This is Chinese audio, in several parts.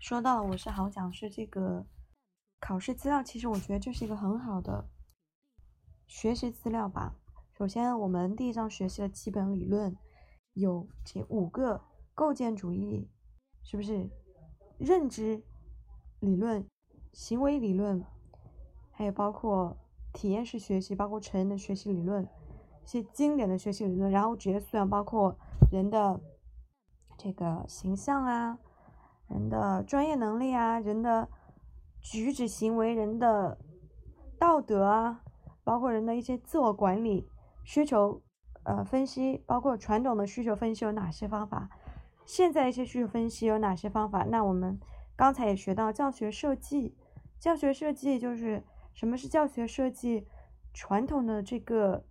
说到了我是好讲师这个考试资料，其实我觉得这是一个很好的学习资料吧。首先，我们第一章学习的基本理论有这5个构建主义，是不是？认知理论、行为理论，还有包括体验式学习，包括成人的学习理论，一些经典的学习理论，然后职业素养包括人的这个形象啊，人的专业能力啊，人的举止行为，人的道德啊，包括人的一些自我管理、需求分析，包括传统的需求分析有哪些方法，现在一些需求分析有哪些方法。那我们刚才也学到教学设计，教学设计就是什么是教学设计？传统的这个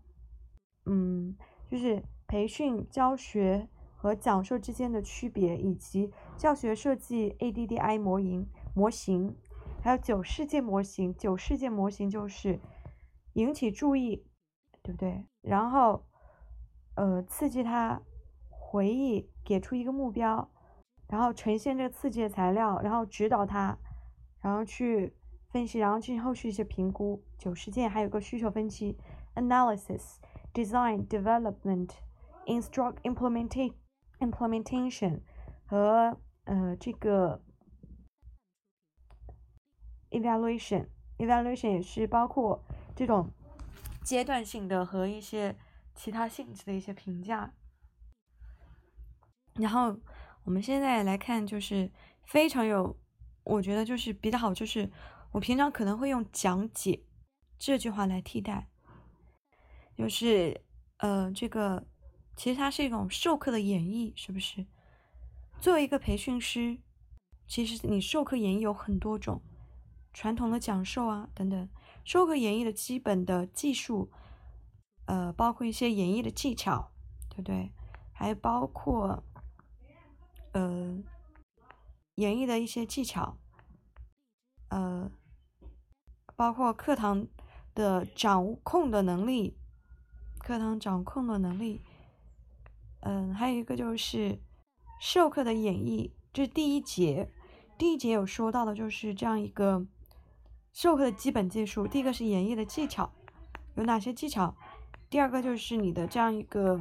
就是培训、教学和讲授之间的区别，以及教学设计 ADDI 模型，还有9世界模型。9世界模型就是引起注意，对不对？然后刺激他回忆，给出一个目标，然后呈现这个刺激的材料，然后指导他，然后去分析，然后进行后续一些评估。9世界还有个需求分析 analysis。Design, Development, Implementation 和这个 Evaluation 也是包括这种阶段性的和一些其他性质的一些评价。然后我们现在来看，就是非常有，我觉得就是比较好，就是我平常可能会用讲解这句话来替代。就是这个其实它是一种授课的演绎，是不是？作为一个培训师，其实你授课演绎有很多种，传统的讲授啊等等，授课演绎的基本的技术，包括一些演绎的技巧，对不对？还包括演绎的一些技巧，包括课堂的掌控的能力。还有一个就是授课的演绎，这是第一节有说到的，就是这样一个授课的基本技术。第一个是演绎的技巧，有哪些技巧？第二个就是你的这样一个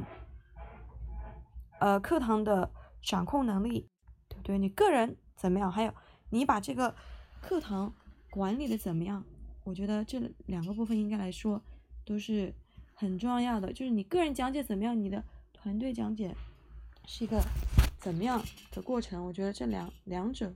课堂的掌控能力，对不对？你个人怎么样？还有你把这个课堂管理的怎么样？我觉得这2个部分应该来说都是很重要的，就是你个人讲解怎么样，你的团队讲解是一个怎么样的过程。我觉得这两者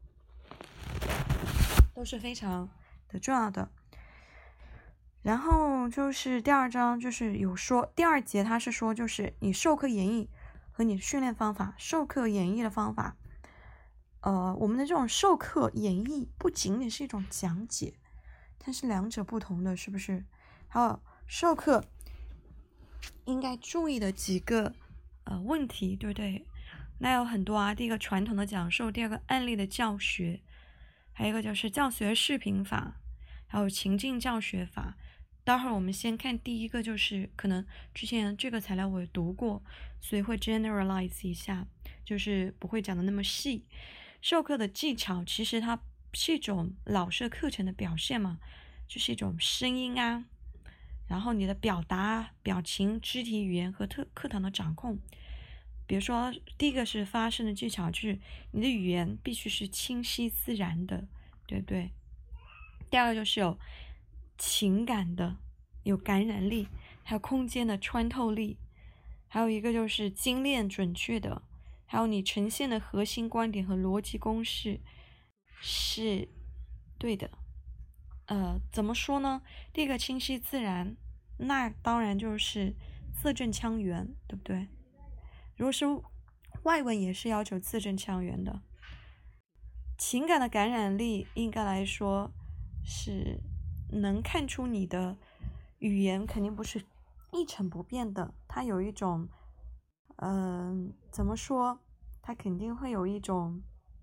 都是非常的重要的。然后就是第2章，就是有说第2节它是说，就是你授课演绎和你训练方法。授课演绎的方法，我们的这种授课演绎不仅仅是一种讲解，它是两者不同的，是不是？还有授课应该注意的几个问题，对不对？那有很多啊。第一个传统的讲授，第2个案例的教学，还有一个就是教学视频法，还有情境教学法。待会儿我们先看第一个，就是可能之前这个材料我也读过，所以会 generalize 一下，就是不会讲的那么细。授课的技巧其实它是一种老师课程的表现嘛，就是一种声音啊，然后你的表达、表情、肢体语言和课堂的掌控。比如说第一个是发声的技巧，就是你的语言必须是清晰自然的，对不对？第2个就是有情感的，有感染力，还有空间的穿透力，还有一个就是精炼准确的，还有你呈现的核心观点和逻辑公式是对的。怎么说呢？第一个清晰自然，那当然就是字正腔圆，对不对？如果是外文也是要求字正腔圆的。情感的感染力应该来说是能看出你的语言肯定不是一成不变的，它有一种怎么说，它肯定会有一种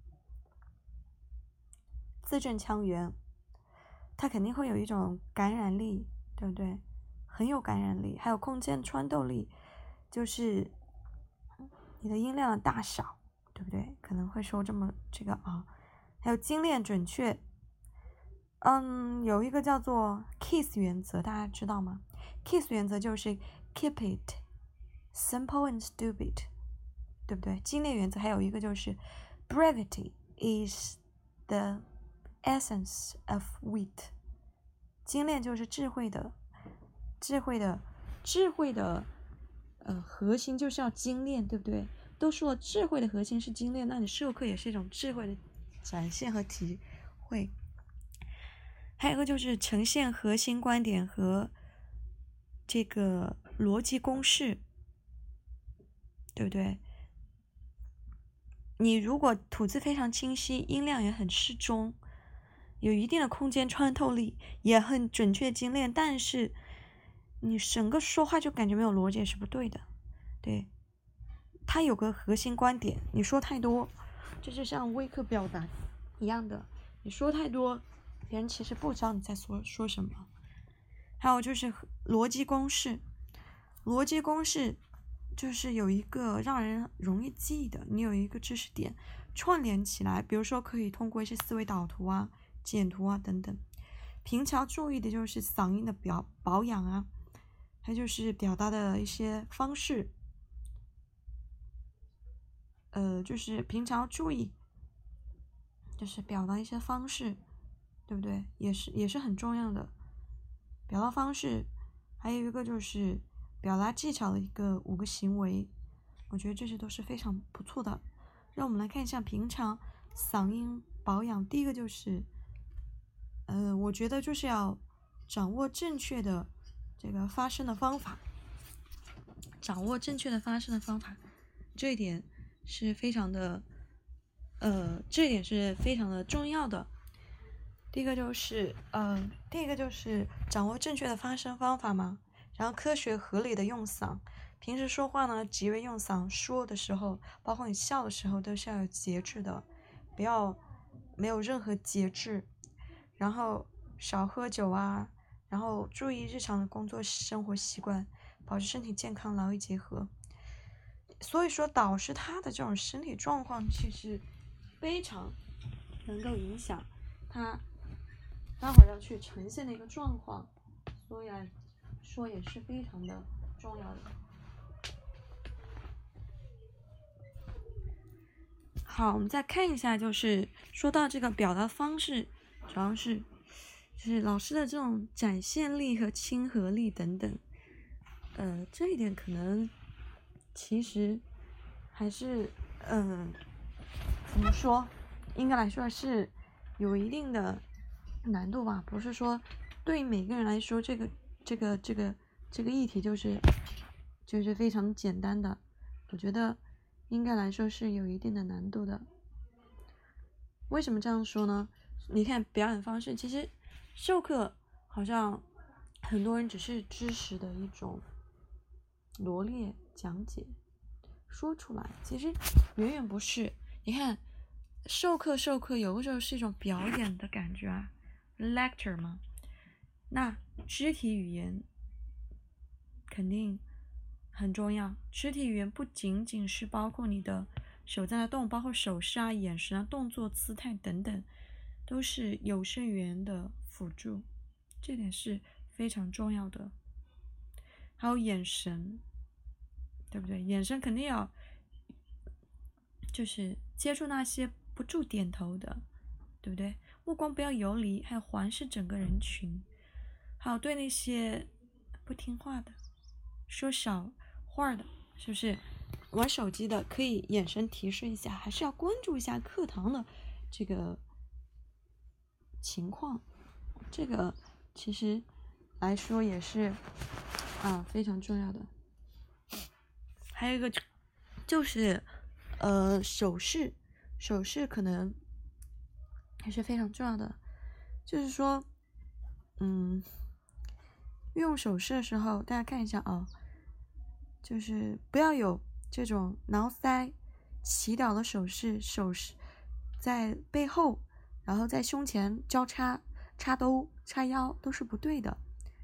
字正腔圆，它肯定会有一种感染力，对不对？很有感染力。还有空间穿透力，就是你的音量的大小，对不对？可能会说这个啊。 还有精炼准确。有一个叫做 KISS 原则，大家知道吗？ KISS 原则就是 keep it simple and stupid， 对不对？精炼原则还有一个就是 brevity is the essence of wit， 精炼就是智慧的核心就是要精炼，对不对？都说智慧的核心是精炼，那你授课也是一种智慧的展现和体会。还有一个就是呈现核心观点和这个逻辑公式，对不对？你如果吐字非常清晰，音量也很适中，有一定的空间穿透力，也很准确精炼，但是你整个说话就感觉没有逻辑，是不对的。对，它有个核心观点，你说太多，这就像微课表达一样的，你说太多，别人其实不知道你在说什么。还有就是逻辑公式，逻辑公式就是有一个让人容易记的，你有一个知识点串联起来，比如说可以通过一些思维导图啊、简图啊等等。平常注意的就是嗓音的保养啊，还有就是表达的一些方式，就是平常注意，就是表达一些方式，对不对？也是很重要的。表达方式，还有一个就是表达技巧的5个行为，我觉得这些都是非常不错的。让我们来看一下平常嗓音保养。第一个就是，我觉得就是要掌握正确的这个发声的方法，这一点是非常的，重要的。第一个就是掌握正确的发声方法嘛，然后科学合理的用嗓。平时说话呢，极为用嗓，说的时候，包括你笑的时候，都是要有节制的，不要没有任何节制。然后少喝酒啊，然后注意日常的工作生活习惯，保持身体健康，劳逸结合。所以说，导师他的这种身体状况其实非常能够影响他待会儿要去呈现的一个状况，所以来说也是非常的重要的。好，我们再看一下，就是说到这个表达方式，主要是就是老师的这种展现力和亲和力等等，这一点可能其实还是怎么说，应该来说是有一定的难度吧，不是说对于每个人来说这个议题就是非常简单的，我觉得应该来说是有一定的难度的。为什么这样说呢？你看表演方式，其实授课好像很多人只是知识的一种罗列讲解说出来，其实远远不是。你看授课有的时候是一种表演的感觉啊 ，lecture 嘛。那肢体语言肯定很重要，肢体语言不仅仅是包括你的手在那动，包括手势啊、眼神啊、动作、姿态等等，都是有声语言的辅助，这点是非常重要的。还有眼神，对不对？眼神肯定要就是接触那些不住点头的，对不对？目光不要游离，还有环视整个人群，还有对那些不听话的、说少话的，是不是玩手机的，可以眼神提示一下，还是要关注一下课堂的这个情况。这个其实来说也是非常重要的。还有一个就是手势可能还是非常重要的，就是说运用手势的时候，大家看一下就是不要有这种挠腮、祈祷的手势在背后，然后在胸前交叉、插兜、叉腰都是不对的。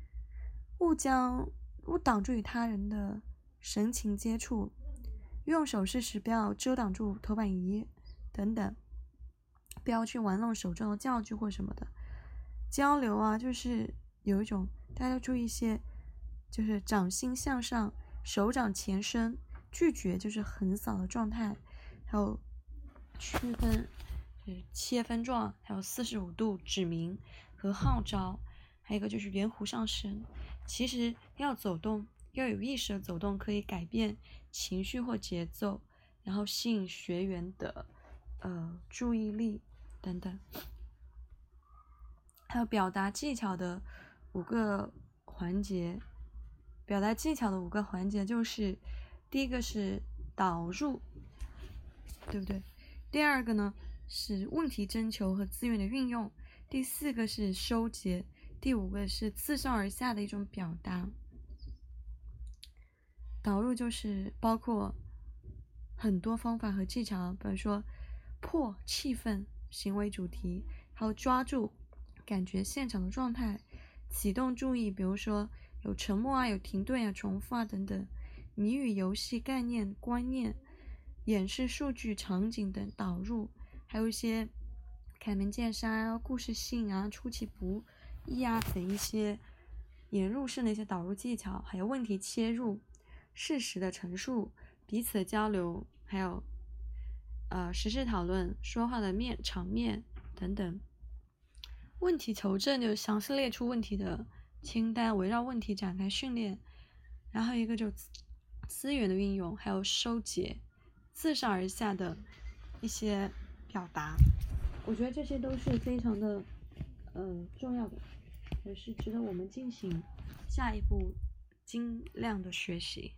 勿挡住与他人的神情接触，运用手势时不要遮挡住头板仪等等， 不要去玩弄手中的教具或什么的。交流啊，就是有一种大家都注意一些，就是掌心向上，手掌前伸，拒绝就是横扫的状态，还有区分就是切分状，还有45度指明和号召，还有一个就是圆弧上升。其实要走动，要有意识的走动，可以改变情绪或节奏，然后吸引学员的注意力等等。还有表达技巧的5个环节，表达技巧的5个环节就是第一个是导入，对不对？第二个呢是问题征求和资源的运用，第4个是收结，第5个是自上而下的一种表达。导入就是包括很多方法和技巧，比如说破气氛、行为主题，还有抓住感觉现场的状态，启动注意，比如说有沉默啊，有停顿啊，重复啊等等，谜语游戏概念、观念，演示数据、场景等导入，还有一些开门见山啊、故事性啊、出其不意啊等一些引入式的一些导入技巧，还有问题切入、事实的陈述、彼此的交流，还有实时讨论、说话的场面等等。问题求证就是详细列出问题的清单，围绕问题展开训练。然后一个就资源的运用，还有收结，自上而下的一些表达，我觉得这些都是非常的重要的，也是值得我们进行下一步精量的学习。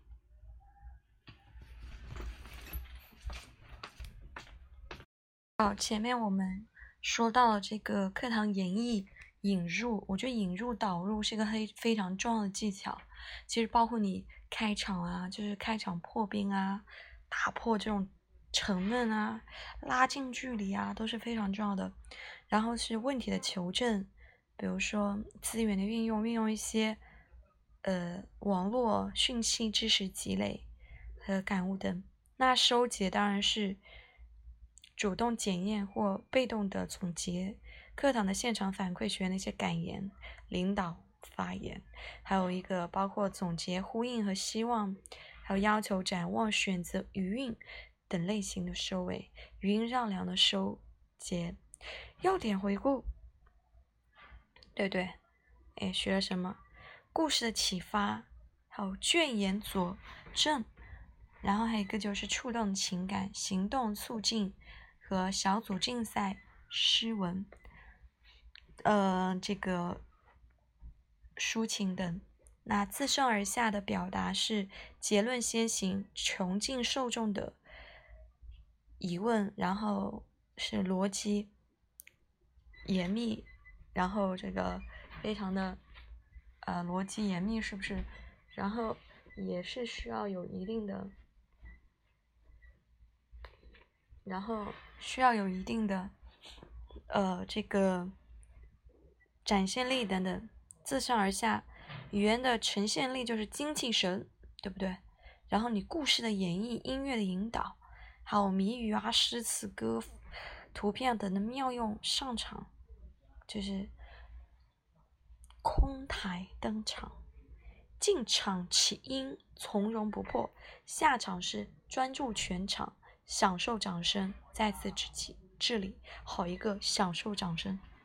前面我们说到了这个课堂演绎引入，我觉得引入导入是一个非常重要的技巧。其实包括你开场啊，就是开场破冰啊，打破这种沉闷啊，拉近距离啊，都是非常重要的。然后是问题的求证，比如说资源的运用一些网络讯息知识积累和感悟等。那收结当然是主动检验或被动的总结，课堂的现场反馈学员的一些感言、领导发言，还有一个包括总结、呼应和希望，还有要求、展望、选择、余韵等类型的收尾，余音绕梁的收结，要点回顾，对，学了什么？故事的启发，还有卷言佐证，然后还有一个就是触动情感、行动促进和小组竞赛、诗文，这个抒情等。那自上而下的表达是结论先行，穷尽受众的疑问，然后是逻辑严密，然后这个非常的逻辑严密，是不是？然后也是需要有一定的，这个展现力等等，自上而下，语言的呈现力就是精气神，对不对？然后你故事的演绎、音乐的引导，还有谜语啊、诗词歌、图片等的妙用上场，就是空台登场，进场起音从容不迫，下场是专注全场，享受掌声，再次致礼，好一个享受掌声。